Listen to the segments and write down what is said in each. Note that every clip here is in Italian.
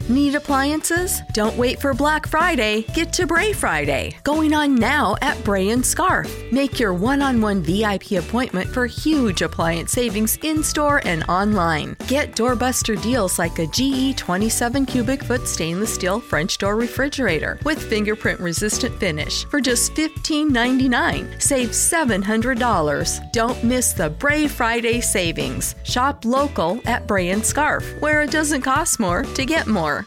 Need appliances? Don't wait for Black Friday. Get to Bray Friday, going on now at Bray & Scarf. Make your one-on-one VIP appointment for huge appliance savings in-store and online. Get doorbuster deals like a GE 27 cubic foot stainless steel French door refrigerator with fingerprint-resistant finish for just $15.99. Save $700. Don't miss the Bray Friday savings. Shop local at Bray & Scarf, where it doesn't cost more to get more.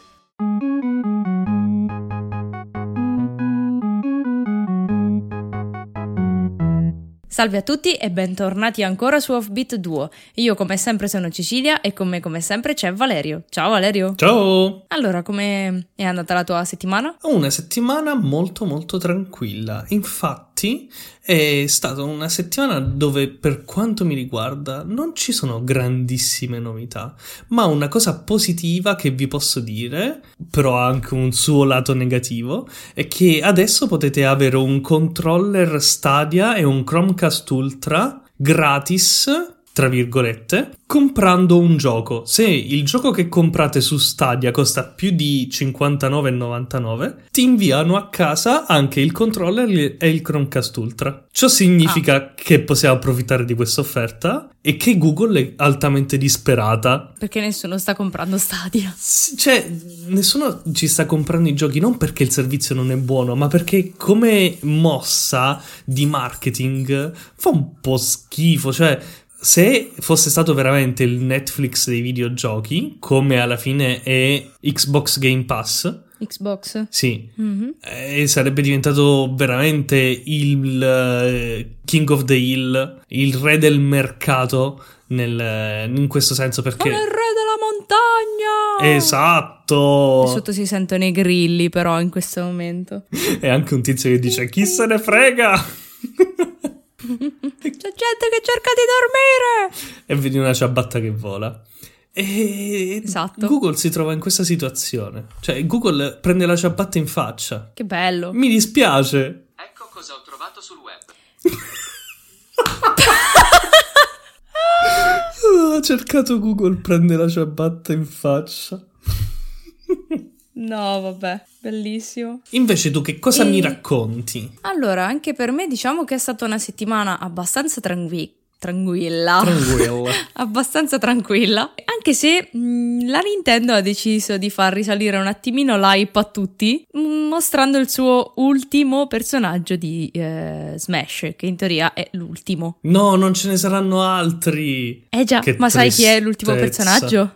Salve a tutti e bentornati ancora su Offbeat Duo. Io come sempre sono Cecilia e con me come sempre c'è Valerio. Ciao Valerio. Ciao. Allora, come è andata la tua settimana? Una settimana molto molto tranquilla. Infatti è stata una settimana dove, per quanto mi riguarda, non ci sono grandissime novità, ma una cosa positiva che vi posso dire, però ha anche un suo lato negativo, è che adesso potete avere un controller Stadia e un Chromecast Ultra gratis, tra virgolette, comprando un gioco. Se il gioco che comprate su Stadia costa più di $59,99, ti inviano a casa anche il controller e il Chromecast Ultra. Ciò significa che possiamo approfittare di questa offerta e che Google è altamente disperata. Perché nessuno sta comprando Stadia. Cioè, nessuno ci sta comprando i giochi non perché il servizio non è buono, ma perché come mossa di marketing fa un po' schifo. Cioè, se fosse stato veramente il Netflix dei videogiochi, come alla fine è Xbox Game Pass... Xbox? Sì. E sarebbe diventato veramente il King of the Hill, il re del mercato in questo senso, perché... Sono il re della montagna! Esatto! E sotto si sentono i grilli però in questo momento. E anche un tizio che dice chi se ne frega! C'è gente che cerca di dormire! E vedi una ciabatta che vola. E esatto. Google si trova in questa situazione. Cioè, Google prende la ciabatta in faccia. Che bello. Mi dispiace. Ecco cosa ho trovato sul web. Ha cercato Google, prende la ciabatta in faccia. No, vabbè, bellissimo. Invece tu che cosa mi racconti? Allora, anche per me diciamo che è stata una settimana abbastanza tranquilla. Abbastanza tranquilla. Anche se la Nintendo ha deciso di far risalire un attimino l'hype a tutti, mostrando il suo ultimo personaggio di Smash, che in teoria è l'ultimo. No, non ce ne saranno altri. Già, che ma sai chi è tristezza. l'ultimo personaggio?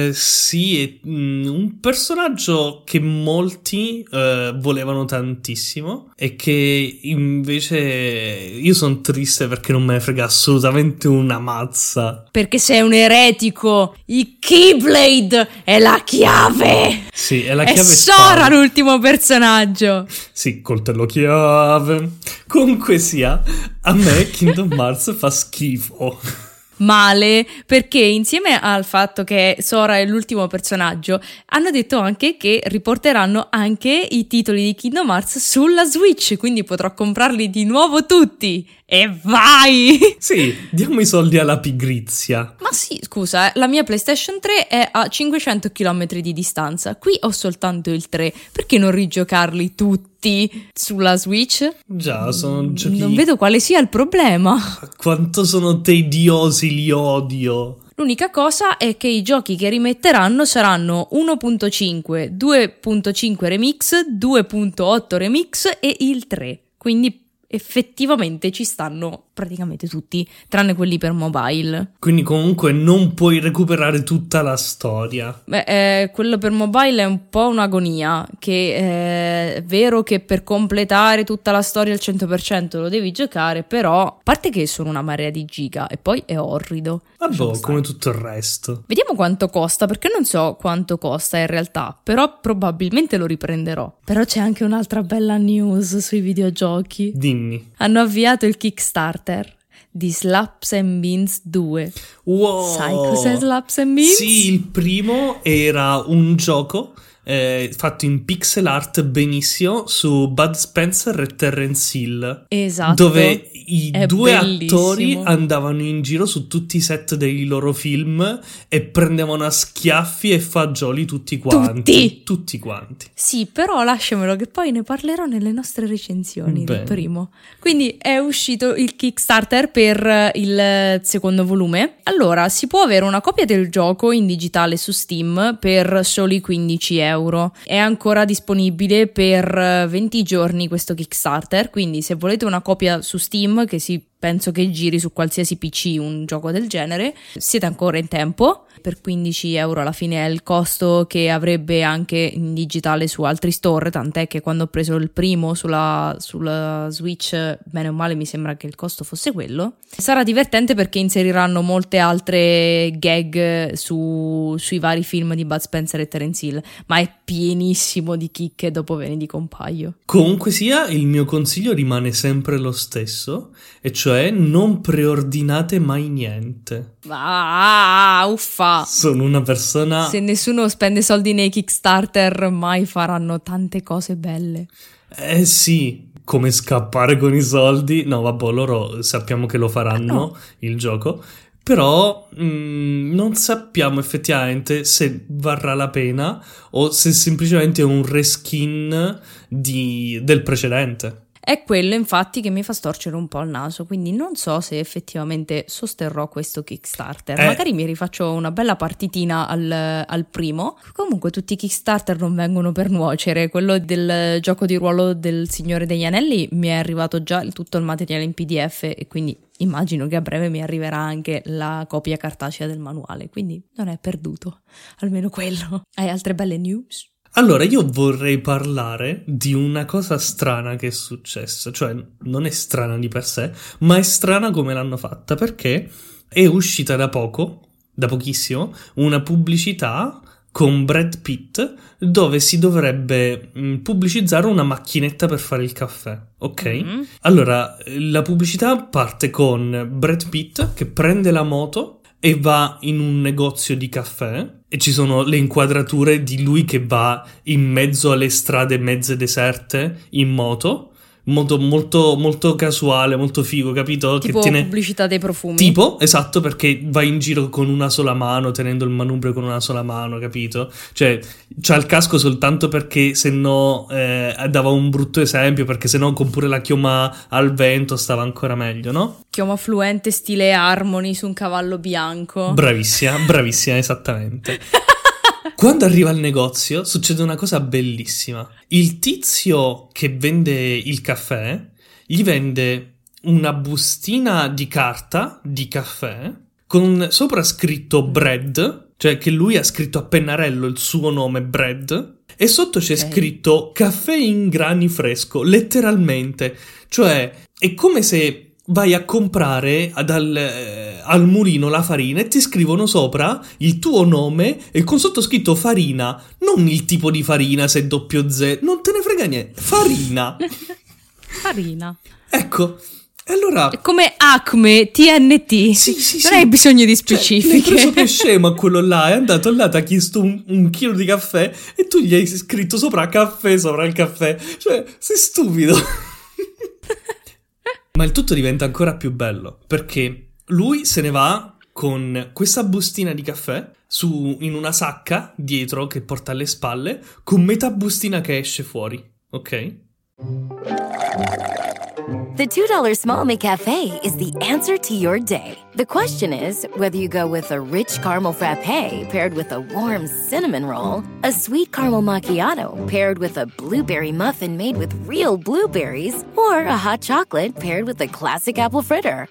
Sì, è un personaggio che molti volevano tantissimo e che invece io sono triste perché non me ne frega assolutamente una mazza. Perché sei un eretico. Il Keyblade è la chiave. Sì, è la chiave. È Sora l'ultimo personaggio. Sì, coltello chiave. Comunque sia, a me Kingdom Hearts fa schifo. Male, perché insieme al fatto che Sora è l'ultimo personaggio hanno detto anche che riporteranno anche i titoli di Kingdom Hearts sulla Switch, quindi potrò comprarli di nuovo tutti e vai! Sì, diamo i soldi alla pigrizia. Ma sì, scusa, la mia PlayStation 3 è a 500 km di distanza, qui ho soltanto il 3, perché non rigiocarli tutti sulla Switch? Già, sono giochi... Non vedo quale sia il problema. Quanto sono tediosi, li odio. L'unica cosa è che i giochi che rimetteranno saranno 1.5, 2.5 Remix, 2.8 Remix e il 3. Quindi effettivamente ci stanno praticamente tutti, tranne quelli per mobile. Quindi comunque non puoi recuperare tutta la storia. Beh, quello per mobile è un po' un'agonia, che è vero che per completare tutta la storia al 100% lo devi giocare, però a parte che sono una marea di giga e poi è orrido. Vabbè, come tutto il resto. Vediamo quanto costa, perché non so quanto costa in realtà, però probabilmente lo riprenderò. Però c'è anche un'altra bella news sui videogiochi. Dimmi. Hanno avviato il Kickstarter di Slaps and Beans 2. Wow! Sai cos'è Slaps and Beans? Sì, il primo era un gioco fatto in pixel art benissimo su Bud Spencer e Terence Hill. Esatto. Dove i È due bellissimo. attori andavano in giro su tutti i set dei loro film e prendevano a schiaffi e fagioli tutti quanti. Tutti quanti. Sì, però lasciamelo che poi ne parlerò nelle nostre recensioni del Bene. primo. Quindi è uscito il Kickstarter per il secondo volume. Allora, si può avere una copia del gioco in digitale su Steam per soli 15 euro. È ancora disponibile per 20 giorni questo Kickstarter, quindi se volete una copia su Steam, che penso che giri su qualsiasi PC un gioco del genere, siete ancora in tempo. Per 15 euro alla fine è il costo che avrebbe anche in digitale su altri store, tant'è che quando ho preso il primo sulla Switch, bene o male mi sembra che il costo fosse quello. Sarà divertente perché inseriranno molte altre gag sui vari film di Bud Spencer e Terence Hill, ma è pienissimo di chicche, dopo ve ne dico un paio. Comunque sia, il mio consiglio rimane sempre lo stesso, e cioè non preordinate mai niente. Uffa! Sono una persona... Se nessuno spende soldi nei Kickstarter, mai faranno tante cose belle. Sì, come scappare con i soldi. No, vabbè, loro sappiamo che lo faranno, No. il gioco. Però non sappiamo effettivamente se varrà la pena o se semplicemente è un reskin del precedente. È quello infatti che mi fa storcere un po' il naso, quindi non so se effettivamente sosterrò questo Kickstarter. Magari mi rifaccio una bella partitina al primo. Comunque tutti i Kickstarter non vengono per nuocere. Quello del gioco di ruolo del Signore degli Anelli mi è arrivato già tutto il materiale in PDF e quindi immagino che a breve mi arriverà anche la copia cartacea del manuale, quindi non è perduto, almeno quello. Hai altre belle news? Allora, io vorrei parlare di una cosa strana che è successa, cioè non è strana di per sé, ma è strana come l'hanno fatta, perché è uscita da pochissimo, una pubblicità con Brad Pitt dove si dovrebbe pubblicizzare una macchinetta per fare il caffè, ok? Mm-hmm. Allora, la pubblicità parte con Brad Pitt che prende la moto e va in un negozio di caffè e ci sono le inquadrature di lui che va in mezzo alle strade mezze deserte in moto molto, molto casuale, molto figo, capito? Tipo che tiene... pubblicità dei profumi. Tipo, esatto, perché va in giro con una sola mano, tenendo il manubrio con una sola mano, capito? Cioè, c'ha il casco soltanto perché se no dava un brutto esempio, perché se no con pure la chioma al vento stava ancora meglio, no? Chioma fluente stile Harmony su un cavallo bianco. Bravissima, esattamente. Quando arriva al negozio succede una cosa bellissima. Il tizio che vende il caffè gli vende una bustina di carta di caffè con sopra scritto Bread, cioè che lui ha scritto a pennarello il suo nome Bread, e sotto c'è scritto caffè in grani fresco, letteralmente. Cioè è come se vai a comprare al mulino la farina e ti scrivono sopra il tuo nome e con sottoscritto farina, non il tipo di farina se doppio Z, non te ne frega niente, farina. Farina. Ecco, e allora... È come Acme, TNT. Sì. Non hai bisogno di Cioè, specifiche. l'hai preso per scemo a quello là, è andato là, ti ha chiesto un chilo di caffè e tu gli hai scritto sopra caffè sopra il caffè. Cioè, sei stupido. Ma il tutto diventa ancora più bello, perché lui se ne va con questa bustina di caffè in una sacca dietro che porta alle spalle, con metà bustina che esce fuori, ok? The $2 Small McCafe is the answer to your day. The question is whether you go with a rich caramel frappe paired with a warm cinnamon roll, a sweet caramel macchiato paired with a blueberry muffin made with real blueberries, or a hot chocolate paired with a classic apple fritter.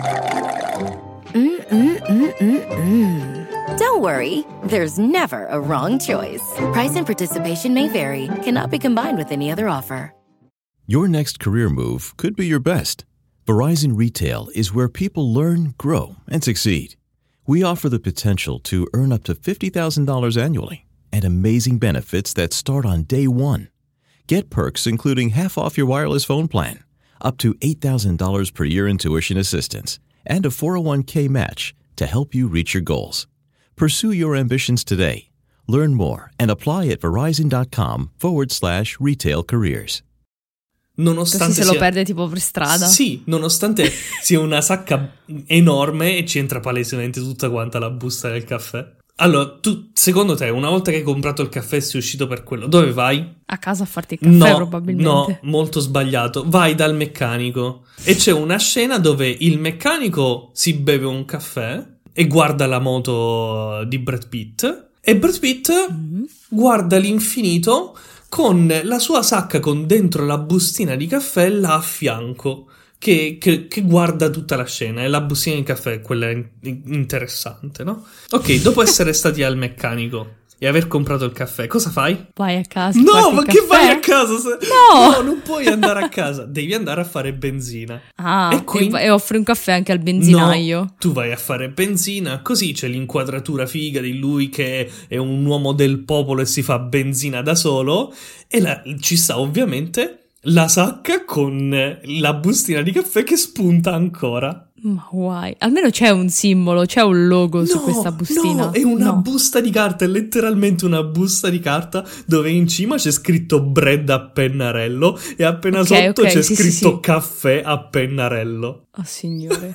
Don't worry, there's never a wrong choice. Price and participation may vary, cannot be combined with any other offer. Your next career move could be your best. Verizon Retail is where people learn, grow, and succeed. We offer the potential to earn up to $50,000 annually and amazing benefits that start on day one. Get perks including half off your wireless phone plan, up to $8,000 per year in tuition assistance, and a 401k match to help you reach your goals. Pursue your ambitions today. Learn more and apply at verizon.com/retail careers. Nonostante se lo perde tipo per strada. Sì, nonostante sia una sacca enorme e ci entra palesemente tutta quanta la busta del caffè. Allora, tu, secondo te, una volta che hai comprato il caffè e sei uscito per quello, dove vai? A casa a farti il caffè, probabilmente. No, molto sbagliato. Vai dal meccanico e c'è una scena dove il meccanico si beve un caffè e guarda la moto di Brad Pitt e Brad Pitt guarda l'infinito con la sua sacca con dentro la bustina di caffè là a fianco. Che guarda tutta la scena e la bustina di caffè è quella interessante, no? Ok, dopo essere stati al meccanico e aver comprato il caffè, cosa fai? Vai a casa. No, ma che vai a casa? No! No, non puoi andare a casa, devi andare a fare benzina. Ah, e offri un caffè anche al benzinaio. No, tu vai a fare benzina, così c'è l'inquadratura figa di lui che è un uomo del popolo e si fa benzina da solo e ci sta ovviamente la sacca con la bustina di caffè che spunta ancora. Ma guai, almeno c'è un simbolo, c'è un logo su questa bustina. No, è una busta di carta, è letteralmente una busta di carta dove in cima c'è scritto bread a pennarello e appena sotto c'è scritto caffè a pennarello. Oh signore.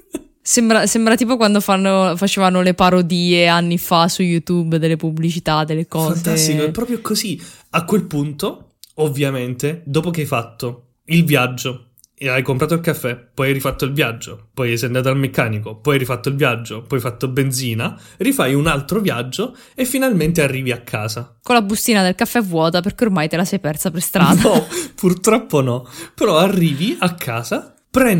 Sembra tipo quando facevano le parodie anni fa su YouTube delle pubblicità, delle cose. Fantastico, è proprio così. A quel punto, ovviamente, dopo che hai fatto il viaggio e hai comprato il caffè, poi hai rifatto il viaggio, poi sei andato al meccanico, poi hai rifatto il viaggio, poi hai fatto benzina, rifai un altro viaggio e finalmente arrivi a casa. Con la bustina del caffè vuota perché ormai te la sei persa per strada. No, purtroppo no. Però arrivi a casa,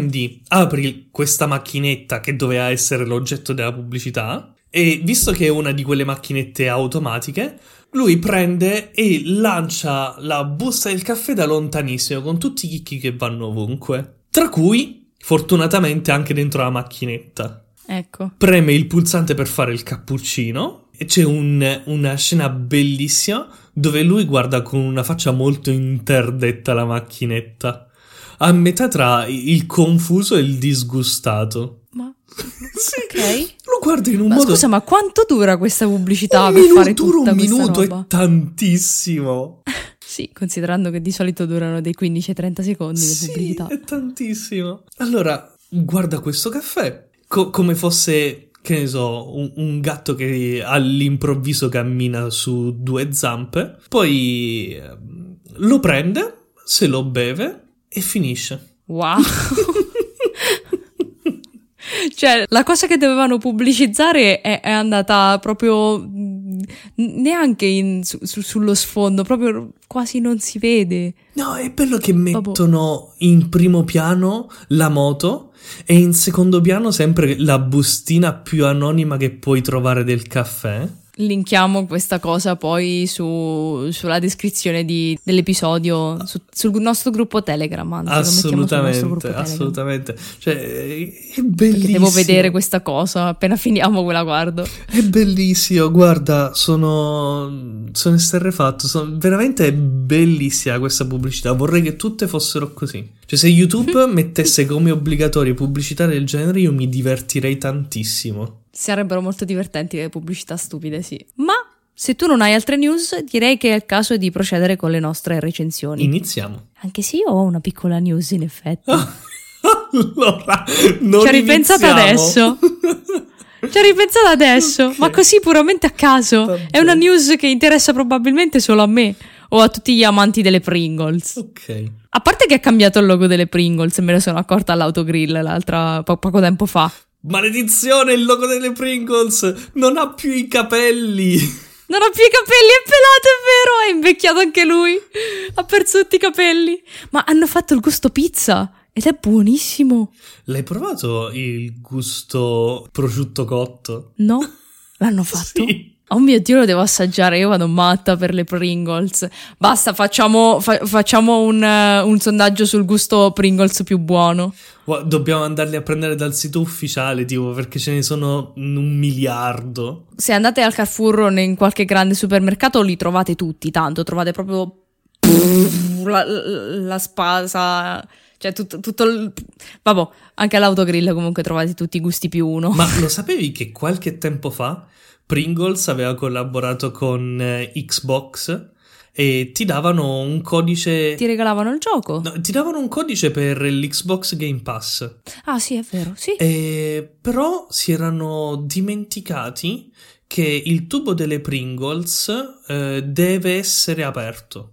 apri questa macchinetta che doveva essere l'oggetto della pubblicità e visto che è una di quelle macchinette automatiche, lui prende e lancia la busta del caffè da lontanissimo con tutti i chicchi che vanno ovunque. Tra cui, fortunatamente, anche dentro la macchinetta. Ecco. Preme il pulsante per fare il cappuccino e c'è una scena bellissima dove lui guarda con una faccia molto interdetta la macchinetta. A metà tra il confuso e il disgustato. Ma... sì, ok. Lo guardo in un modo... Scusa, ma quanto dura questa pubblicità per fare tutta questa roba? Un minuto è tantissimo. Sì, considerando che di solito durano dei 15-30 secondi le pubblicità. Sì, è tantissimo. Allora, guarda questo caffè come fosse, che ne so, un gatto che all'improvviso cammina su due zampe, poi lo prende, se lo beve e finisce. Wow. Cioè, la cosa che dovevano pubblicizzare è andata proprio neanche sullo sfondo, proprio quasi non si vede. No, è bello che mettono in primo piano la moto e in secondo piano sempre la bustina più anonima che puoi trovare del caffè. Linkiamo questa cosa poi sulla descrizione dell'episodio sul nostro gruppo Telegram. Anzi, assolutamente. Cioè, è bellissimo. Perché devo vedere questa cosa, appena finiamo quella guardo. È bellissimo, guarda, sono esterrefatto, veramente bellissima questa pubblicità. Vorrei che tutte fossero così. Cioè, se YouTube mettesse come obbligatorie pubblicità del genere, io mi divertirei tantissimo. Sarebbero molto divertenti le pubblicità stupide, sì. Ma se tu non hai altre news, direi che è il caso di procedere con le nostre recensioni. Iniziamo. Anche se io ho una piccola news, in effetti. Allora, non ci ho ripensato adesso. Ci ho ripensato adesso, okay. Ma così puramente a caso. Vabbè. È una news che interessa probabilmente solo a me o a tutti gli amanti delle Pringles. Ok. A parte che ha cambiato il logo delle Pringles, me ne sono accorta all'autogrill poco tempo fa. Maledizione, il logo delle Pringles non ha più i capelli. Non ha più i capelli, è pelato, è vero, è invecchiato anche lui. Ha perso tutti i capelli. Ma hanno fatto il gusto pizza ed è buonissimo. L'hai provato il gusto prosciutto cotto? No, l'hanno fatto? Sì. Oh mio Dio, lo devo assaggiare, io vado matta per le Pringles. Basta, facciamo un sondaggio sul gusto Pringles più buono. Dobbiamo andarli a prendere dal sito ufficiale, tipo, perché ce ne sono 1 miliardo. Se andate al Carrefour o in qualche grande supermercato li trovate tutti, tanto trovate proprio la spasa, cioè tutto vabbè, anche all'autogrill comunque trovate tutti i gusti più uno. Ma lo sapevi che qualche tempo fa Pringles aveva collaborato con Xbox e ti davano un codice. Ti regalavano il gioco? No, ti davano un codice per l'Xbox Game Pass. Ah, sì, è vero, sì. Però si erano dimenticati che il tubo delle Pringles deve essere aperto.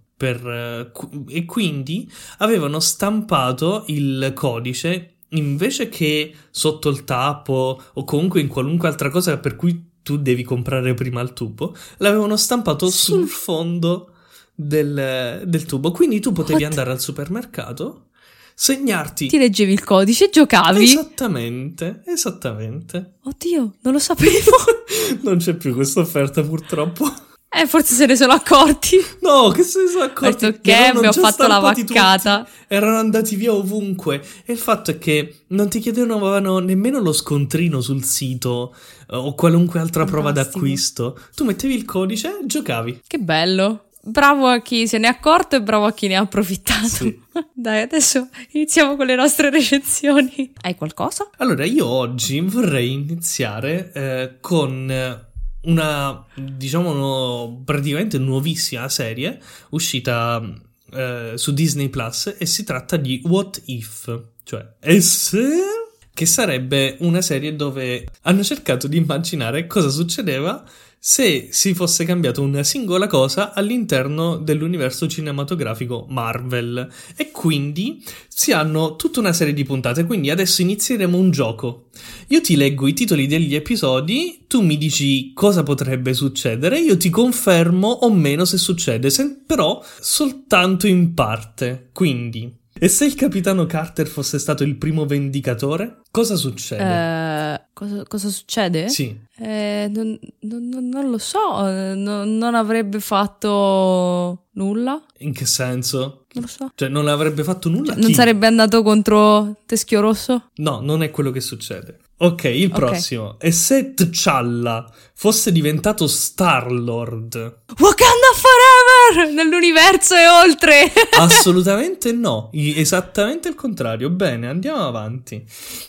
E quindi avevano stampato il codice invece che sotto il tappo o comunque in qualunque altra cosa per cui tu devi comprare prima il tubo, l'avevano stampato sul fondo del tubo. Quindi tu potevi andare al supermercato, segnarti. Ti leggevi il codice e giocavi. Esattamente. Oddio, non lo sapevo. Non c'è più questa offerta purtroppo. Forse se ne sono accorti. No, che se ne sono accorti? Ho detto che abbiamo fatto la vaccata. Tutti, erano andati via ovunque. E il fatto è che non ti chiedevano nemmeno lo scontrino sul sito o qualunque altra prova d'acquisto. Tu mettevi il codice e giocavi. Che bello. Bravo a chi se ne è accorto e bravo a chi ne ha approfittato. Sì. Dai, adesso iniziamo con le nostre recensioni. Hai qualcosa? Allora, io oggi vorrei iniziare con una, diciamo, praticamente nuovissima serie uscita su Disney Plus e si tratta di What If, cioè e se, che sarebbe una serie dove hanno cercato di immaginare cosa succedeva se si fosse cambiato una singola cosa all'interno dell'universo cinematografico Marvel. E quindi si hanno tutta una serie di puntate. Quindi adesso inizieremo un gioco. Io ti leggo i titoli degli episodi, tu mi dici cosa potrebbe succedere, io ti confermo o meno se succede, però soltanto in parte. Quindi, e se il capitano Carter fosse stato il primo vendicatore, cosa succede? Cosa succede? Sì. Non lo so, non avrebbe fatto nulla? In che senso? Non lo so. Cioè, non avrebbe fatto nulla? Non sarebbe andato contro Teschio Rosso? No, non è quello che succede. Ok, il prossimo. E se T'Challa fosse diventato Star-Lord? Wakanda forever! Nell'universo e oltre! Assolutamente no. Esattamente il contrario. Bene, andiamo avanti.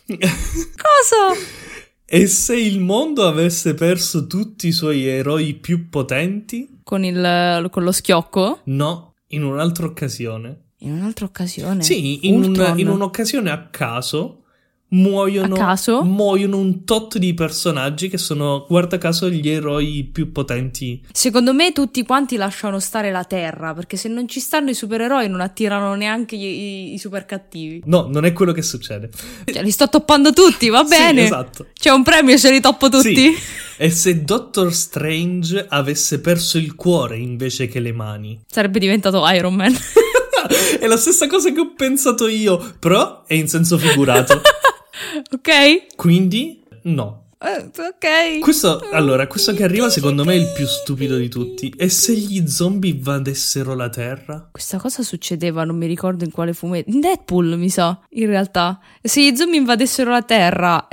Cosa? E se il mondo avesse perso tutti i suoi eroi più potenti? Con lo schiocco? No, in un'altra occasione. In un'altra occasione? Sì, in un'occasione a caso muoiono un tot di personaggi che sono, guarda caso, gli eroi più potenti. Secondo me tutti quanti lasciano stare la Terra, perché se non ci stanno i supereroi non attirano neanche i super cattivi. No, non è quello che succede. Cioè, li sto toppando tutti, va bene? Sì, esatto. C'è un premio se li toppo tutti. Sì. E se Doctor Strange avesse perso il cuore invece che le mani? Sarebbe diventato Iron Man. È la stessa cosa che ho pensato io, però è in senso figurato. Ok? Quindi, no. Ok. Questo che arriva secondo me è il più stupido di tutti. E se gli zombie invadessero la Terra? Questa cosa succedeva, non mi ricordo in quale fumetto. In Deadpool, mi sa, in realtà. E se gli zombie invadessero la Terra?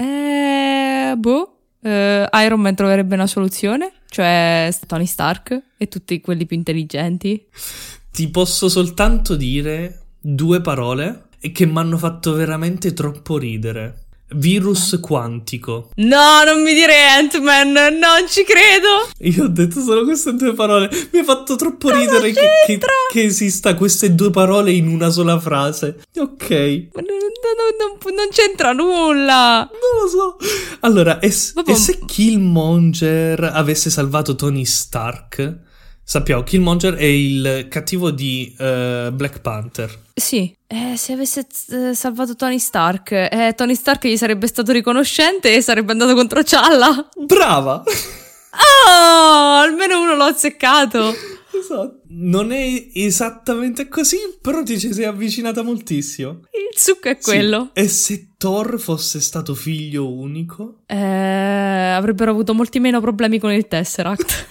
Iron Man troverebbe una soluzione? Cioè Tony Stark e tutti quelli più intelligenti? Ti posso soltanto dire 2 parole e che mi hanno fatto veramente troppo ridere. Virus quantico. No, non mi dire Ant-Man, non ci credo. Io ho detto solo queste 2 parole. Mi ha fatto troppo ridere che esista queste 2 parole in una sola frase. Ok. Non c'entra nulla. Non lo so. Allora, e se Killmonger avesse salvato Tony Stark? Sappiamo, Killmonger è il cattivo di Black Panther. Sì, se avesse salvato Tony Stark gli sarebbe stato riconoscente e sarebbe andato contro T'Challa. Brava! Oh, almeno uno l'ho azzeccato. Esatto. Non è esattamente così, però ti ci sei avvicinata moltissimo. Il succo è quello. Sì. E se Thor fosse stato figlio unico? Avrebbero avuto molti meno problemi con il Tesseract.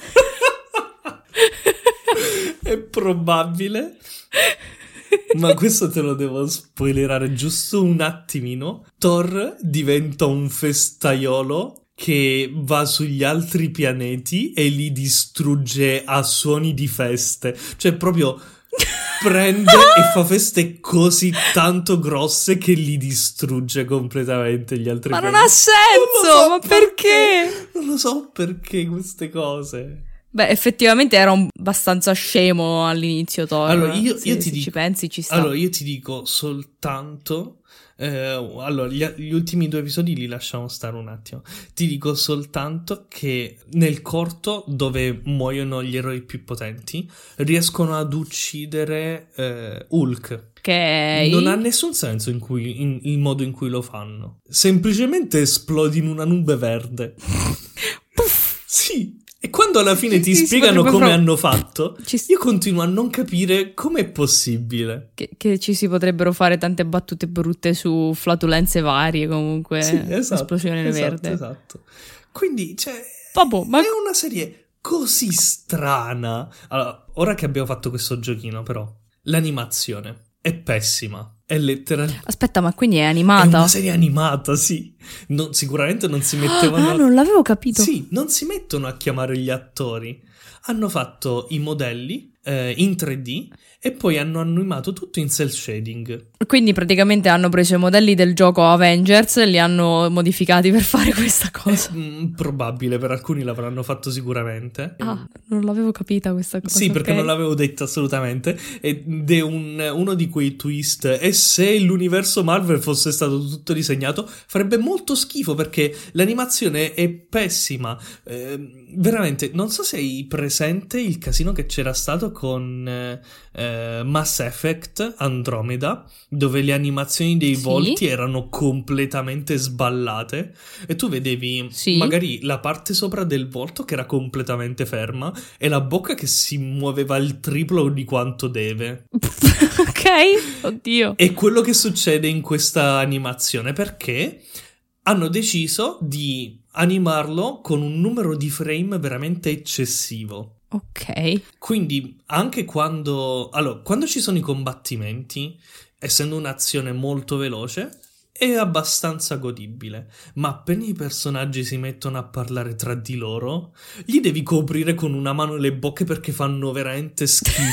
È probabile. Ma questo te lo devo spoilerare giusto un attimino. Thor diventa un festaiolo che va sugli altri pianeti e li distrugge a suoni di feste. Cioè proprio prende e fa feste così tanto grosse che li distrugge completamente gli altri pianeti. Ma non ha senso, ma perché? Non lo so perché queste cose. Beh, effettivamente era abbastanza scemo all'inizio Thor. Allora, io se ti dico, ci pensi ci sta. Allora, io ti dico soltanto... allora, gli ultimi 2 episodi li lasciamo stare un attimo. Ti dico soltanto che nel corto, dove muoiono gli eroi più potenti, riescono ad uccidere Hulk. Ok. Non ha nessun senso il modo in cui lo fanno. Semplicemente esplodi in una nube verde. Sì. E quando alla fine ti spiegano come hanno fatto, io continuo a non capire com'è possibile. Che ci si potrebbero fare tante battute brutte su flatulenze varie, comunque. Sì, esatto, esplosione verde. Esatto. Quindi, cioè, Vabbè, ma... è una serie così strana. Allora, ora che abbiamo fatto questo giochino, però, l'animazione è pessima. È letteralmente... Aspetta, ma quindi è animata? È una serie animata, sì. Sicuramente non si mettevano... Ah, non l'avevo capito. Sì, non si mettono a chiamare gli attori. Hanno fatto i modelli in 3D e poi hanno animato tutto in cel shading. Quindi praticamente hanno preso i modelli del gioco Avengers e li hanno modificati per fare questa cosa. Probabile, per alcuni l'avranno fatto sicuramente. Ah, non l'avevo capita questa cosa. Sì, perché ok. non l'avevo detta assolutamente. Ed è uno di quei twist. E se l'universo Marvel fosse stato tutto disegnato, farebbe molto schifo perché l'animazione è pessima. Veramente, non so se hai presente il casino che c'era stato con Mass Effect Andromeda, dove le animazioni dei volti erano completamente sballate e tu vedevi magari la parte sopra del volto che era completamente ferma e la bocca che si muoveva il triplo di quanto deve. Ok, oddio. È quello che succede in questa animazione perché hanno deciso di animarlo con un numero di frame veramente eccessivo. Ok. Quindi anche quando ci sono i combattimenti, essendo un'azione molto veloce, è abbastanza godibile. Ma appena i personaggi si mettono a parlare tra di loro, gli devi coprire con una mano le bocche perché fanno veramente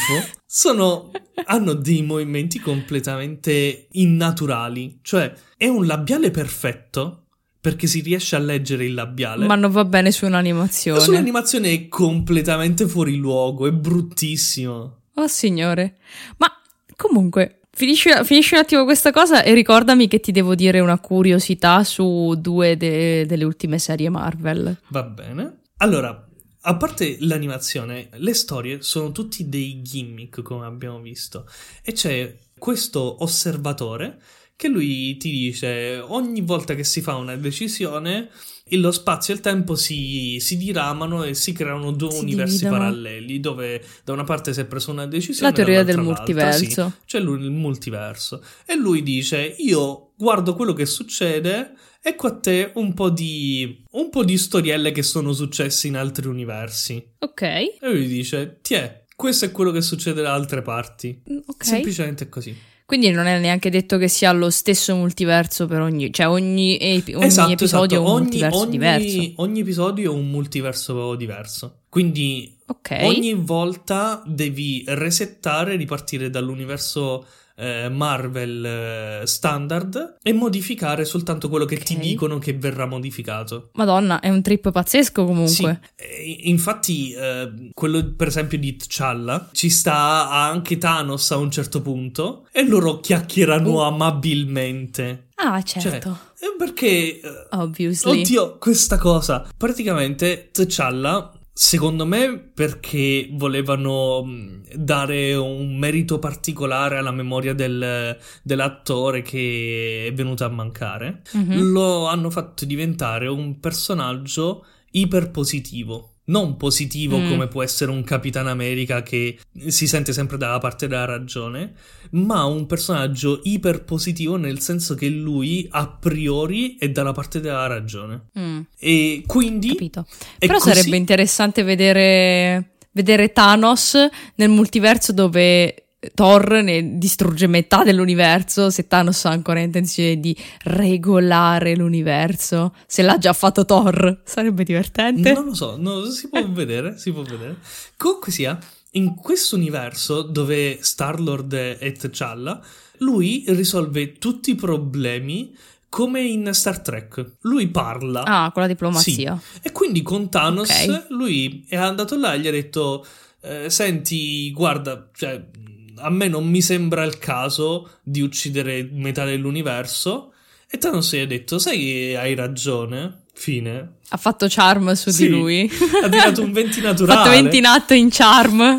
schifo. Hanno dei movimenti completamente innaturali. Cioè, è un labiale perfetto, perché si riesce a leggere il labiale. Ma non va bene su un'animazione. Sull'animazione è completamente fuori luogo, è bruttissimo. Oh signore. Ma comunque, finisci un attimo questa cosa e ricordami che ti devo dire una curiosità su 2 delle ultime serie Marvel. Va bene. Allora, a parte l'animazione, le storie sono tutti dei gimmick, come abbiamo visto. E c'è questo osservatore che lui ti dice ogni volta che si fa una decisione lo spazio e il tempo si diramano e si creano 2 universi paralleli dove da una parte si è presa una decisione, la teoria del multiverso. multiverso. Sì, c'è il multiverso e lui dice io guardo quello che succede, ecco a te un po' di storielle che sono successe in altri universi. Ok. E lui dice tiè, questo è quello che succede da altre parti. Ok. Semplicemente così. Quindi non è neanche detto che sia lo stesso multiverso per ogni episodio è un multiverso diverso. Ogni episodio è un multiverso diverso. Quindi ogni volta devi resettare, ripartire dall'universo Marvel standard e modificare soltanto quello che ti dicono che verrà modificato. Madonna, è un trip pazzesco comunque. Sì, infatti quello per esempio di T'Challa ci sta anche Thanos a un certo punto e loro chiacchierano amabilmente. Ah, certo. Cioè, perché obviously. oddio, questa cosa praticamente T'Challa, secondo me perché volevano dare un merito particolare alla memoria dell'attore che è venuto a mancare, lo hanno fatto diventare un personaggio iperpositivo. Non positivo come può essere un Capitan America che si sente sempre dalla parte della ragione, ma un personaggio iperpositivo nel senso che lui a priori è dalla parte della ragione. E quindi... Capito. Però sarebbe interessante vedere Thanos nel multiverso dove Thor ne distrugge metà dell'universo, se Thanos ha ancora intenzione di regolare l'universo. Se l'ha già fatto Thor, sarebbe divertente. Non lo so, si può vedere, si può vedere. Comunque sia, in questo universo dove Star-Lord è T'Challa, lui risolve tutti i problemi come in Star Trek. Lui parla. Ah, con la diplomazia. Sì. E quindi con Thanos Ok. lui è andato là e gli ha detto senti, guarda, cioè, a me non mi sembra il caso di uccidere metà dell'universo. E Thanos gli ha detto, sai che hai ragione, fine. Ha fatto charm su Sì, di lui. ha tirato un 20 Ha naturale. fatto 20 natto in charm.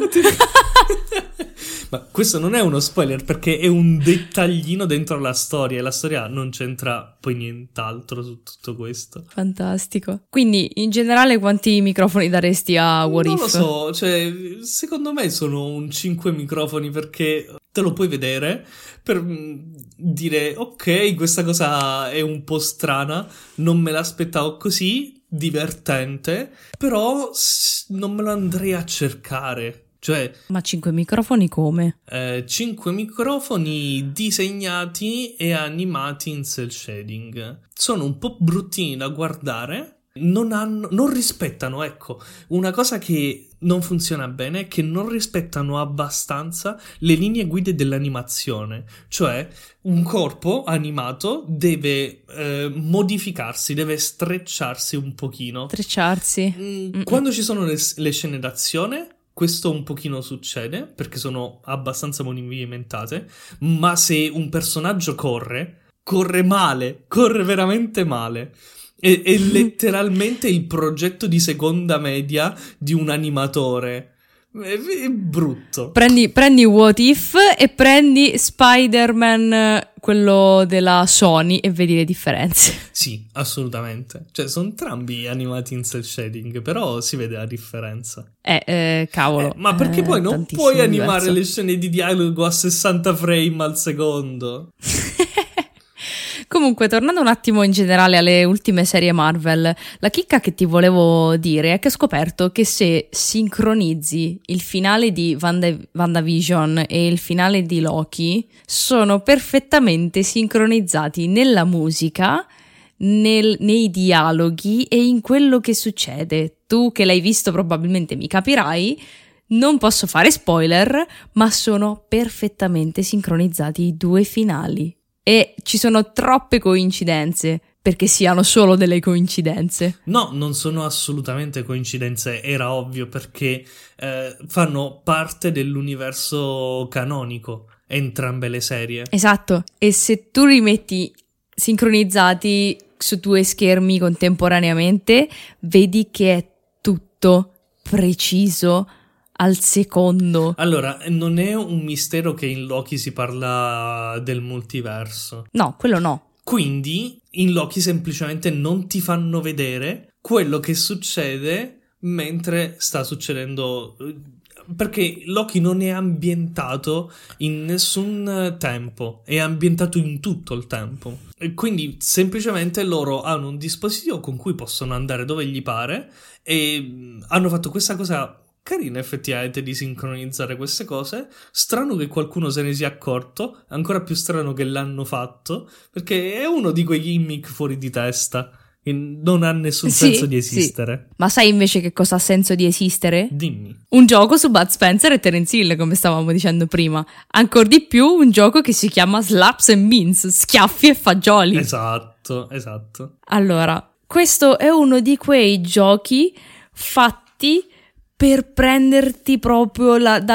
Ma questo non è uno spoiler perché è un dettaglino dentro la storia e la storia non c'entra poi nient'altro su tutto questo. Fantastico. Quindi, in generale, quanti microfoni daresti a What Non If? lo so, cioè, secondo me sono un 5 microfoni perché te lo puoi vedere per dire ok, questa cosa è un po' strana, non me l'aspettavo così, divertente, però non me lo andrei a cercare. Cioè, Ma 5 microfoni come? 5 microfoni disegnati e animati in cel shading. Sono un po' bruttini da guardare. Non rispettano, ecco, una cosa che non funziona bene è che non rispettano abbastanza le linee guida dell'animazione. Cioè, un corpo animato deve modificarsi, deve strecciarsi un pochino. Trecciarsi. Quando ci sono le scene d'azione, questo un pochino succede perché sono abbastanza movimentate, ma se un personaggio corre male, corre veramente male. È letteralmente il progetto di seconda media di un animatore. È brutto. Prendi What If e prendi Spider-Man, quello della Sony, e vedi le differenze. Sì, assolutamente. Cioè, sono entrambi animati in cel shading, però si vede la differenza. Cavolo. Ma perché poi non tantissimo puoi animare diverso. le scene di dialogo a 60 frame al secondo? Comunque, tornando un attimo in generale alle ultime serie Marvel, la chicca che ti volevo dire è che ho scoperto che se sincronizzi il finale di WandaVision e il finale di Loki, sono perfettamente sincronizzati nella musica, nei dialoghi e in quello che succede. Tu che l'hai visto probabilmente mi capirai. Non posso fare spoiler, ma sono perfettamente sincronizzati i due finali. E ci sono troppe coincidenze perché siano solo delle coincidenze. No, non sono assolutamente coincidenze, era ovvio perché fanno parte dell'universo canonico, entrambe le serie. Esatto, e se tu li metti sincronizzati su due schermi contemporaneamente, vedi che è tutto preciso al secondo. Allora, non è un mistero che in Loki si parla del multiverso. No, quello no. Quindi in Loki semplicemente non ti fanno vedere quello che succede mentre sta succedendo, perché Loki non è ambientato in nessun tempo, è ambientato in tutto il tempo. E quindi semplicemente loro hanno un dispositivo con cui possono andare dove gli pare e hanno fatto questa cosa carina effettivamente di sincronizzare queste cose. Strano che qualcuno se ne sia accorto, ancora più strano che l'hanno fatto, perché è uno di quei gimmick fuori di testa che non ha nessun senso di esistere. Sì. Ma sai invece che cosa ha senso di esistere? Dimmi. Un gioco su Bud Spencer e Terence Hill, come stavamo dicendo prima. Ancor di più un gioco che si chiama Slaps and Beans, schiaffi e fagioli. Esatto. Allora, questo è uno di quei giochi fatti per prenderti proprio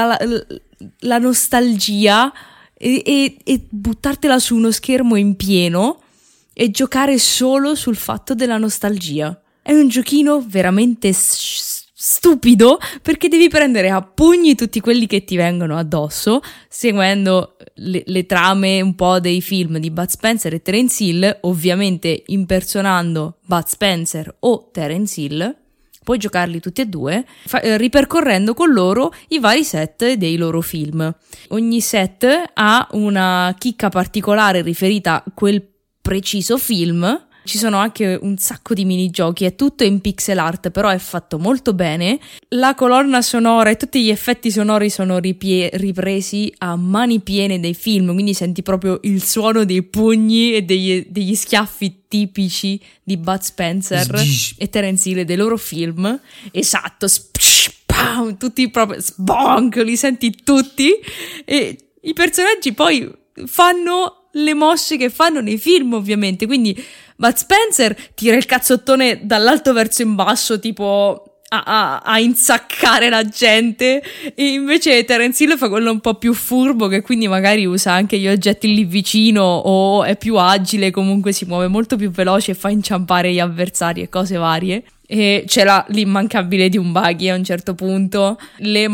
la nostalgia e buttartela su uno schermo in pieno e giocare solo sul fatto della nostalgia. È un giochino veramente stupido perché devi prendere a pugni tutti quelli che ti vengono addosso, seguendo le trame un po' dei film di Bud Spencer e Terence Hill, ovviamente impersonando Bud Spencer o Terence Hill. Puoi giocarli tutti e due, ripercorrendo con loro i vari set dei loro film. Ogni set ha una chicca particolare riferita a quel preciso film. Ci sono anche un sacco di minigiochi, è tutto in pixel art, però è fatto molto bene. La colonna sonora e tutti gli effetti sonori sono ripresi a mani piene dei film, quindi senti proprio il suono dei pugni e degli schiaffi tipici di Bud Spencer e Terence Hill dei loro film. Esatto, tutti proprio sbonk, li senti tutti e i personaggi poi fanno le mosse che fanno nei film, ovviamente. Quindi Bud Spencer tira il cazzottone dall'alto verso in basso, tipo a insaccare la gente, e invece Terence Hill fa quello un po' più furbo, che quindi magari usa anche gli oggetti lì vicino, o è più agile, comunque si muove molto più veloce e fa inciampare gli avversari e cose varie. E c'è l'immancabile di un buggy a un certo punto, le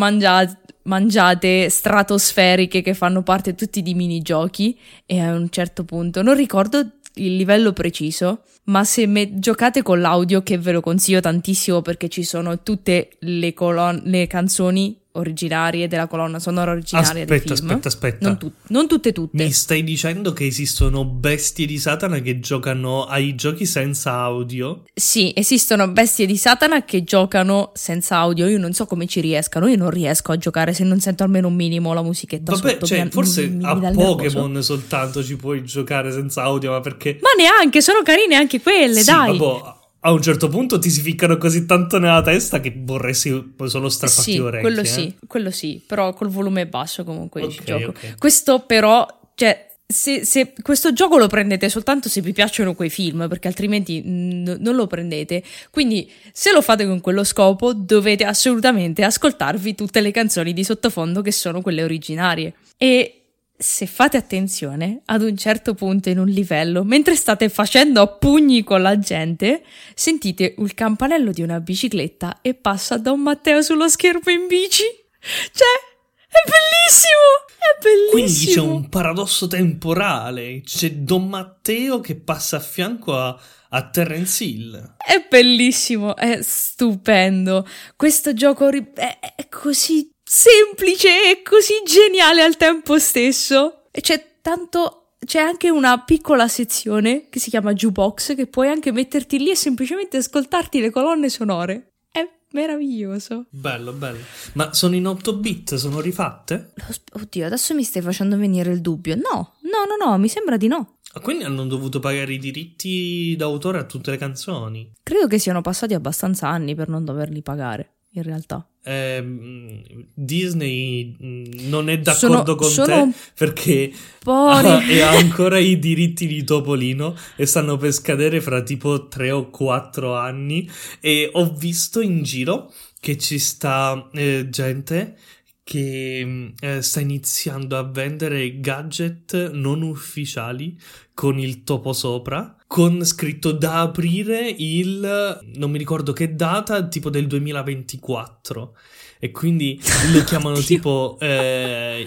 mangiate stratosferiche che fanno parte tutti di minigiochi, e a un certo punto non ricordo il livello preciso, ma se giocate con l'audio, che ve lo consiglio tantissimo perché ci sono tutte le canzoni originarie della colonna sonora originaria del film. Aspetta. Non tutte. Mi stai dicendo che esistono bestie di Satana che giocano ai giochi senza audio? Sì, esistono bestie di Satana che giocano senza audio. Io non so come ci riescano. Io non riesco a giocare se non sento almeno un minimo la musichetta sotto. Cioè, forse a mi Pokémon soltanto ci puoi giocare senza audio, ma perché? Ma neanche, sono carine anche quelle, sì, dai. Vabbè, a un certo punto ti si ficcano così tanto nella testa che vorresti solo strapparti le orecchie. Quello sì, però col volume basso comunque ci gioco. Okay. Questo però, cioè, se questo gioco lo prendete soltanto se vi piacciono quei film, perché altrimenti non lo prendete. Quindi se lo fate con quello scopo dovete assolutamente ascoltarvi tutte le canzoni di sottofondo che sono quelle originarie. E se fate attenzione, ad un certo punto in un livello, mentre state facendo a pugni con la gente, sentite il campanello di una bicicletta e passa Don Matteo sullo schermo in bici. Cioè, è bellissimo! Quindi c'è un paradosso temporale. C'è Don Matteo che passa a fianco a Terence Hill. È bellissimo, è stupendo. Questo gioco è così semplice e così geniale al tempo stesso. E c'è anche una piccola sezione che si chiama Jukebox, che puoi anche metterti lì e semplicemente ascoltarti le colonne sonore. È meraviglioso. Bello. Ma sono in 8 bit? Sono rifatte? Oddio, adesso mi stai facendo venire il dubbio. No, mi sembra di no. Quindi hanno dovuto pagare i diritti d'autore a tutte le canzoni? Credo che siano passati abbastanza anni per non doverli pagare, in realtà. Disney non è d'accordo con te perché ha ancora i diritti di Topolino e stanno per scadere fra tipo 3 o 4 anni, e ho visto in giro che ci sta gente che sta iniziando a vendere gadget non ufficiali con il topo sopra, con scritto da aprire non mi ricordo che data, tipo del 2024, e quindi lo chiamano tipo che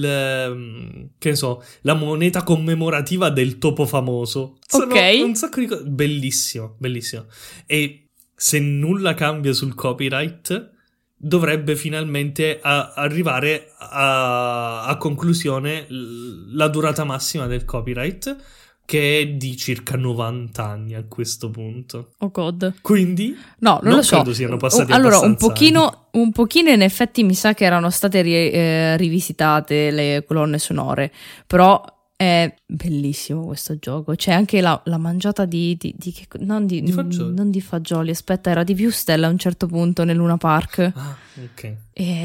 ne so, la moneta commemorativa del topo famoso. Sono un sacco di cose. Bellissimo. E se nulla cambia sul copyright, dovrebbe finalmente arrivare a conclusione la durata massima del copyright, che è di circa 90 anni a questo punto. Oh god. Quindi no, non lo so. Credo siano passati allora, abbastanza un pochino in effetti mi sa che erano state rivisitate le colonne sonore, però è bellissimo questo gioco. C'è anche la mangiata non di fagioli, aspetta, era di Wustel a un certo punto nel Luna Park. Ah, ok.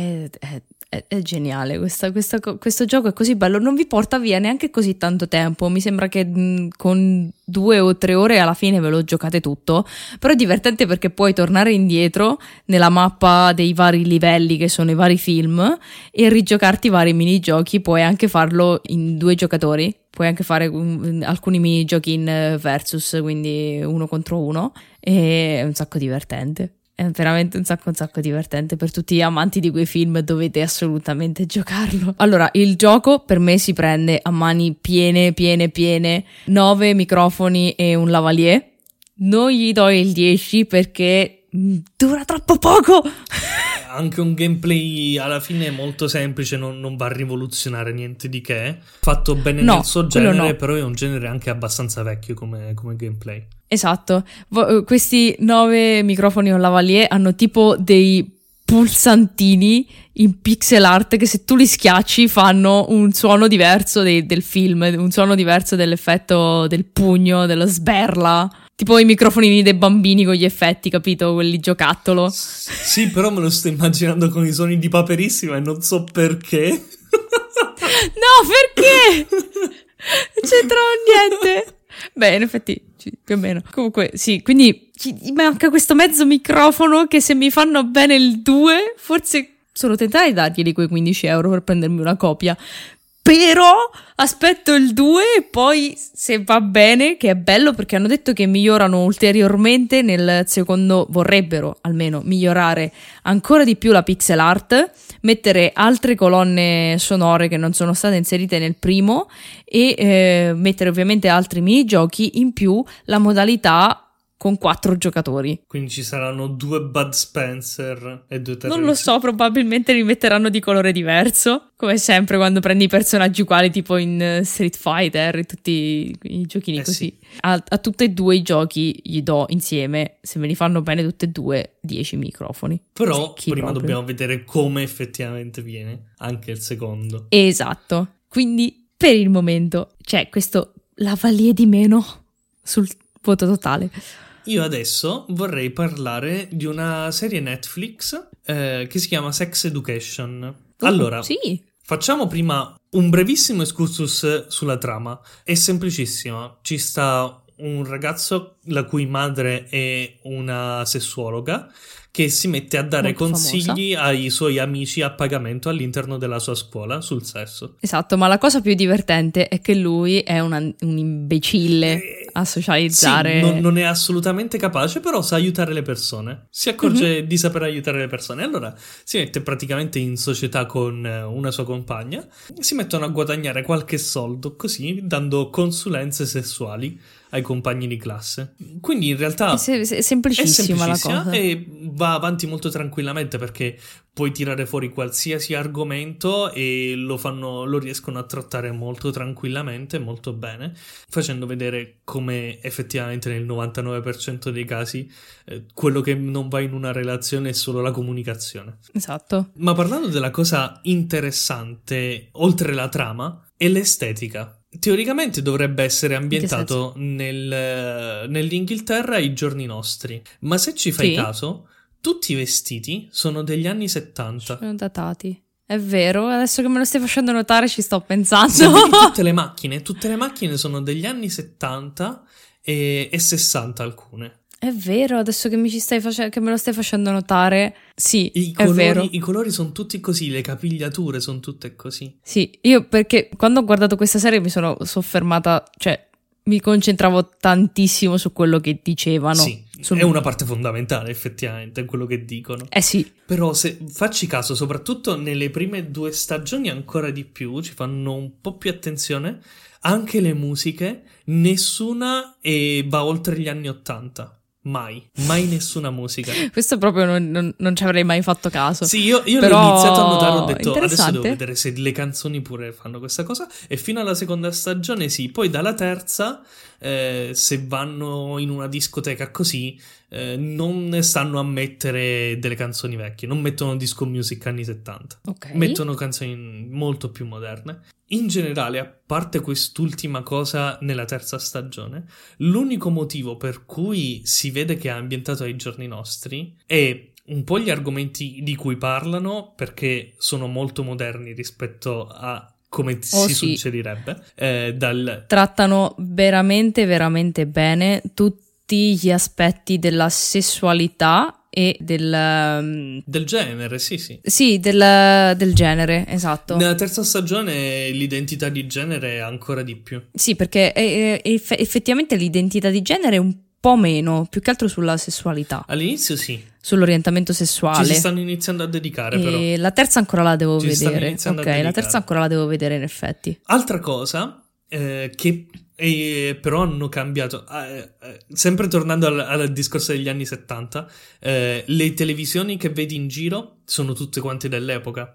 È geniale, questo gioco è così bello, non vi porta via neanche così tanto tempo, mi sembra che con 2 o 3 ore alla fine ve lo giocate tutto, però è divertente perché puoi tornare indietro nella mappa dei vari livelli che sono i vari film e rigiocarti i vari minigiochi. Puoi anche farlo in 2 giocatori, puoi anche fare alcuni minigiochi in versus, quindi 1 contro 1, e è un sacco divertente. È veramente un sacco divertente. Per tutti gli amanti di quei film dovete assolutamente giocarlo. Allora, il gioco per me si prende a mani piene, 9 microfoni e un lavalier. Non gli do il 10 perché dura troppo poco. Anche un gameplay alla fine molto semplice, non va a rivoluzionare niente di che. Fatto bene nel suo genere, però è un genere anche abbastanza vecchio come gameplay. Esatto, questi 9 microfoni o lavalier hanno tipo dei pulsantini in pixel art che se tu li schiacci fanno un suono diverso del film, un suono diverso dell'effetto del pugno, dello sberla, tipo i microfonini dei bambini con gli effetti, capito? Quelli giocattolo. Sì, però me lo sto immaginando con i suoni di Paperissima e non so perché. No, perché? c'entrava niente. Beh, in effetti, più o meno. Comunque, sì, quindi mi manca questo mezzo microfono che se mi fanno bene il 2, forse sono tentata di darglieli quei 15 euro per prendermi una copia. Però aspetto il 2 e poi, se va bene, che è bello perché hanno detto che migliorano ulteriormente nel secondo, vorrebbero almeno migliorare ancora di più la pixel art, mettere altre colonne sonore che non sono state inserite nel primo e mettere ovviamente altri minigiochi, in più la modalità con 4 giocatori. Quindi ci saranno 2 Bud Spencer e 2 terroristi. Non lo so, probabilmente li metteranno di colore diverso, come sempre quando prendi i personaggi uguali, tipo in Street Fighter e tutti i giochini così. Sì. A tutti e due i giochi gli do insieme, se me li fanno bene tutti e due, 10 microfoni. Però Secchi prima proprio. dobbiamo vedere come effettivamente viene anche il secondo. Esatto. Quindi per il momento c'è questo lavalier di meno sul voto totale. Io adesso vorrei parlare di una serie Netflix che si chiama Sex Education. Allora, Sì. facciamo prima un brevissimo excursus sulla trama. È semplicissima. Ci sta un ragazzo la cui madre è una sessuologa che si mette a dare Molto consigli ai suoi amici a pagamento all'interno della sua scuola sul sesso. Esatto, ma la cosa più divertente è che lui è un imbecille a socializzare. Sì, non è assolutamente capace, però sa aiutare le persone. Si accorge di saper aiutare le persone. Allora si mette praticamente in società con una sua compagna. Si mettono a guadagnare qualche soldo così, dando consulenze sessuali ai compagni di classe. Quindi in realtà È semplicissima la cosa. e va avanti molto tranquillamente perché puoi tirare fuori qualsiasi argomento e lo riescono a trattare molto tranquillamente, molto bene, facendo vedere come effettivamente nel 99% dei casi quello che non va in una relazione è solo la comunicazione. Esatto. Ma parlando della cosa interessante, oltre la trama, è l'estetica. Teoricamente dovrebbe essere ambientato nell'Inghilterra ai giorni nostri, ma se ci fai Sì. caso, tutti i vestiti sono degli anni 70. Sono datati. È vero, adesso che me lo stai facendo notare ci sto Se pensando. vedi tutte le macchine sono degli anni 70 e 60 alcune. È vero, adesso che che me lo stai facendo notare. Sì, è vero. I colori sono tutti così, le capigliature sono tutte così. Sì, io perché quando ho guardato questa serie mi sono soffermata, cioè mi concentravo tantissimo su quello che dicevano. Sì, è una parte fondamentale effettivamente, quello che dicono. Sì. Però se facci caso, soprattutto nelle prime 2 stagioni ancora di più, ci fanno un po' più attenzione, anche le musiche, nessuna va oltre gli anni 80. Mai nessuna musica. Questo proprio non ci avrei mai fatto caso. Sì, io Però l'ho iniziato a notare, ho detto adesso interessante. devo vedere se le canzoni pure fanno questa cosa, e fino alla seconda stagione sì, poi dalla terza se vanno in una discoteca così non stanno a mettere delle canzoni vecchie, non mettono disco music anni 70, Ok. mettono canzoni molto più moderne. In generale, a parte quest'ultima cosa nella terza stagione, l'unico motivo per cui si vede che è ambientato ai giorni nostri è un po' gli argomenti di cui parlano, perché sono molto moderni rispetto a come si sì. suggerirebbe, Trattano veramente, veramente bene tutti gli aspetti della sessualità e del genere, sì. Sì, del genere, esatto. Nella terza stagione l'identità di genere è ancora di più. Sì, perché effettivamente l'identità di genere è un po' meno, più che altro sulla sessualità, All'inizio sì, sull'orientamento ci sessuale. si stanno iniziando a dedicare però. E la terza ancora la devo Ci stanno vedere. iniziando a Ok, la dedicare. terza ancora la devo vedere in effetti. Altra cosa che però hanno cambiato, sempre tornando al discorso degli anni 70, le televisioni che vedi in giro sono tutte quante dell'epoca.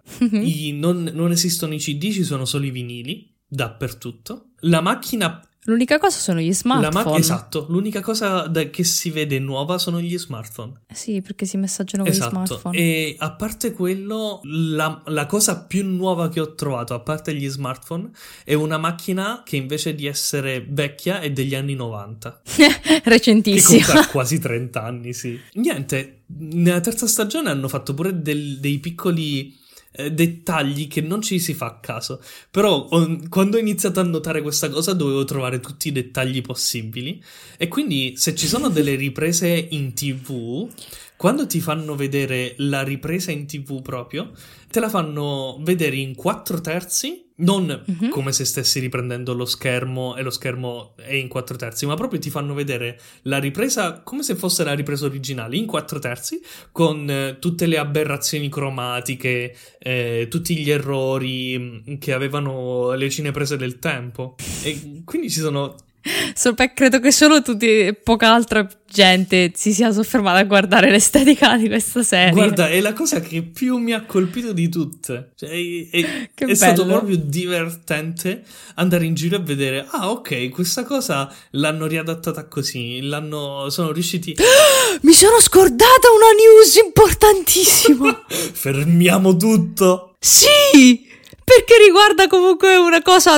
Non esistono i CD, ci sono solo i vinili dappertutto. La macchina... L'unica cosa sono gli smartphone. Esatto, l'unica cosa che si vede nuova sono gli smartphone. Sì, perché si messaggiano con gli Esatto, smartphone. e a parte quello, la cosa più nuova che ho trovato, a parte gli smartphone, è una macchina che invece di essere vecchia è degli anni 90. Che Recentissima. comunque ha quasi 30 anni, sì. Niente, nella terza stagione hanno fatto pure dei piccoli dettagli che non ci si fa a caso. Però quando ho iniziato a notare questa cosa dovevo trovare tutti i dettagli possibili, e quindi se ci sono delle riprese in TV, quando ti fanno vedere la ripresa in TV proprio, te la fanno vedere in 4/3, non come se stessi riprendendo lo schermo e lo schermo è in 4/3, ma proprio ti fanno vedere la ripresa come se fosse la ripresa originale in 4/3, con tutte le aberrazioni cromatiche, tutti gli errori che avevano le cineprese del tempo. E quindi ci sono... Credo che solo tutti e poca altra gente si sia soffermata a guardare l'estetica di questa serie. Guarda, è la cosa che più mi ha colpito di tutte. Cioè, è stato proprio divertente andare in giro e vedere, ok, questa cosa l'hanno riadattata così, sono riusciti... Mi sono scordata una news importantissima! Fermiamo tutto! Sì! Perché riguarda comunque una cosa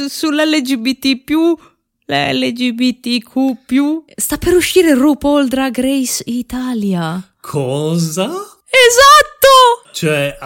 sull'LGBT+, l'LGBTQ+. Sta per uscire RuPaul Drag Race Italia. Cosa? Esatto! Cioè,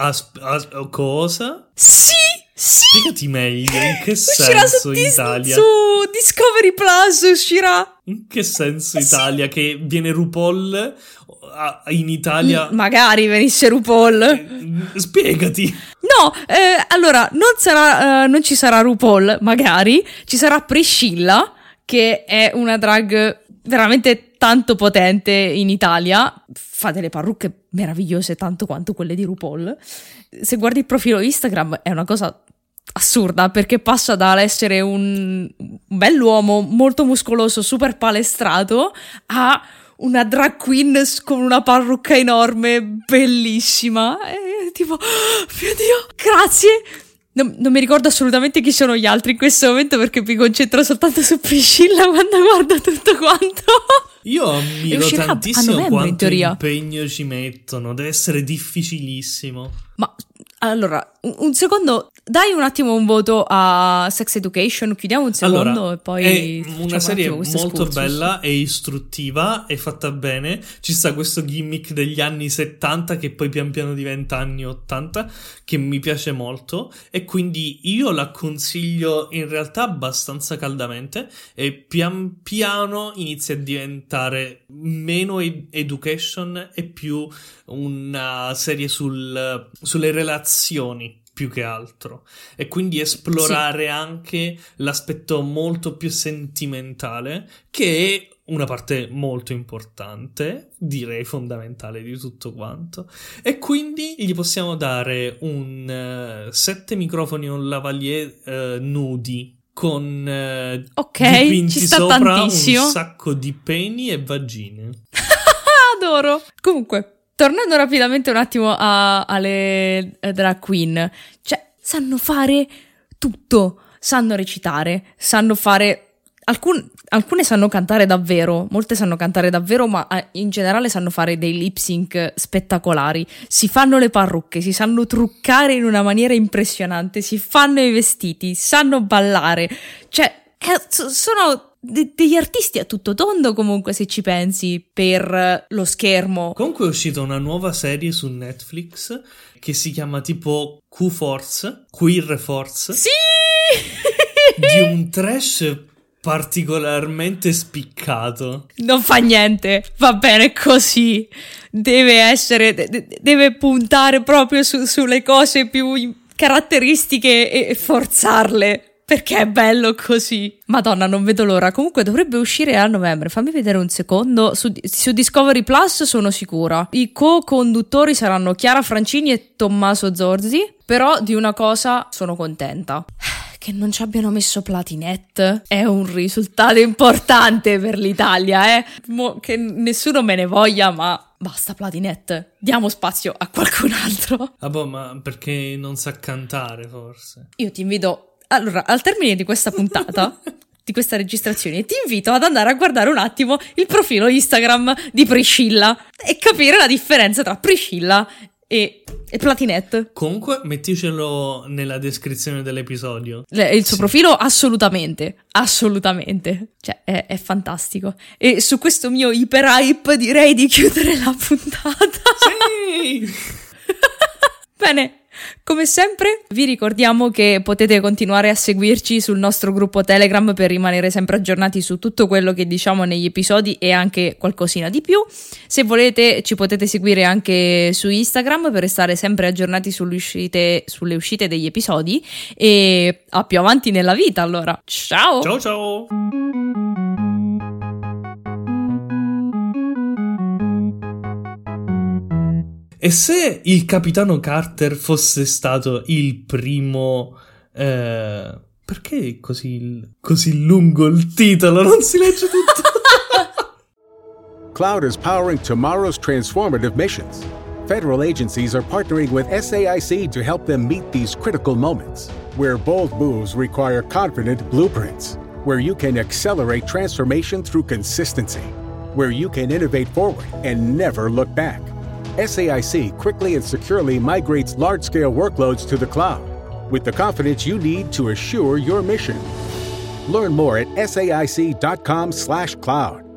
cosa? Sì! Spiegati meglio, in che uscirà senso Italia? Su Discovery Plus uscirà. In che senso Italia? Che viene RuPaul in Italia? Magari venisse RuPaul. Spiegati. No, allora, non ci sarà RuPaul, magari. Ci sarà Priscilla, che è una drag veramente tanto potente in Italia. Fa delle parrucche meravigliose, tanto quanto quelle di RuPaul. Se guardi il profilo Instagram è una cosa assurda, perché passa dall'essere un bell'uomo molto muscoloso, super palestrato, a una drag queen con una parrucca enorme, bellissima. E tipo, oh, mio Dio, grazie! Non mi ricordo assolutamente chi sono gli altri in questo momento, perché mi concentro soltanto su Priscilla quando guardo tutto quanto. Io ammiro tantissimo novembre, quanto impegno ci mettono, deve essere difficilissimo. Ma allora, un secondo, dai un attimo un voto a Sex Education, chiudiamo un secondo, allora, e poi... È una serie molto bella, è istruttiva, è fatta bene, ci sta questo gimmick degli anni 70 che poi pian piano diventa anni 80, che mi piace molto, e quindi io la consiglio in realtà abbastanza caldamente, e pian piano inizia a diventare meno education e più una serie sulle relazioni più che altro, e quindi esplorare anche l'aspetto molto più sentimentale, che è una parte molto importante, direi fondamentale di tutto quanto, e quindi gli possiamo dare un 7 microfoni e un lavalier nudi con dipinti ci sta sopra tantissimo. Un sacco di peni e vagine. Adoro! Comunque, tornando rapidamente un attimo alle drag queen, cioè, sanno fare tutto, sanno recitare, sanno fare... Alcune sanno cantare davvero, molte sanno cantare davvero, ma in generale sanno fare dei lip sync spettacolari, si fanno le parrucche, si sanno truccare in una maniera impressionante, si fanno i vestiti, sanno ballare, cioè sono... degli artisti a tutto tondo, comunque, se ci pensi, per lo schermo. Comunque è uscita una nuova serie su Netflix che si chiama tipo Queer Force. Sì! Di un trash particolarmente spiccato. Non fa niente, va bene così. Deve puntare proprio sulle cose più caratteristiche e forzarle. Perché è bello così. Madonna, non vedo l'ora. Comunque dovrebbe uscire a novembre. Fammi vedere un secondo. Su Discovery Plus sono sicura. I co-conduttori saranno Chiara Francini e Tommaso Zorzi. Però di una cosa sono contenta. Che non ci abbiano messo Platinette è un risultato importante per l'Italia, che nessuno me ne voglia, ma basta Platinette. Diamo spazio a qualcun altro. Ah boh, ma perché non sa cantare, forse? Io ti invito... Allora, al termine di questa puntata, di questa registrazione, ti invito ad andare a guardare un attimo il profilo Instagram di Priscilla e capire la differenza tra Priscilla e Platinette. Comunque, metticelo nella descrizione dell'episodio. Il suo profilo assolutamente, cioè è fantastico. E su questo mio iper hype direi di chiudere la puntata. Sì! Bene. Come sempre vi ricordiamo che potete continuare a seguirci sul nostro gruppo Telegram per rimanere sempre aggiornati su tutto quello che diciamo negli episodi e anche qualcosina di più. Se volete ci potete seguire anche su Instagram per restare sempre aggiornati sulle uscite degli episodi, e a più avanti nella vita allora. Ciao! Ciao ciao! E se il capitano Carter fosse stato il primo... perché è così lungo il titolo? Non si legge tutto. Cloud is powering tomorrow's transformative missions. Federal agencies are partnering with SAIC to help them meet these critical moments, where bold moves require confident blueprints, where you can accelerate transformation through consistency, where you can innovate forward and never look back. SAIC quickly and securely migrates large-scale workloads to the cloud with the confidence you need to assure your mission. Learn more at SAIC.com/cloud.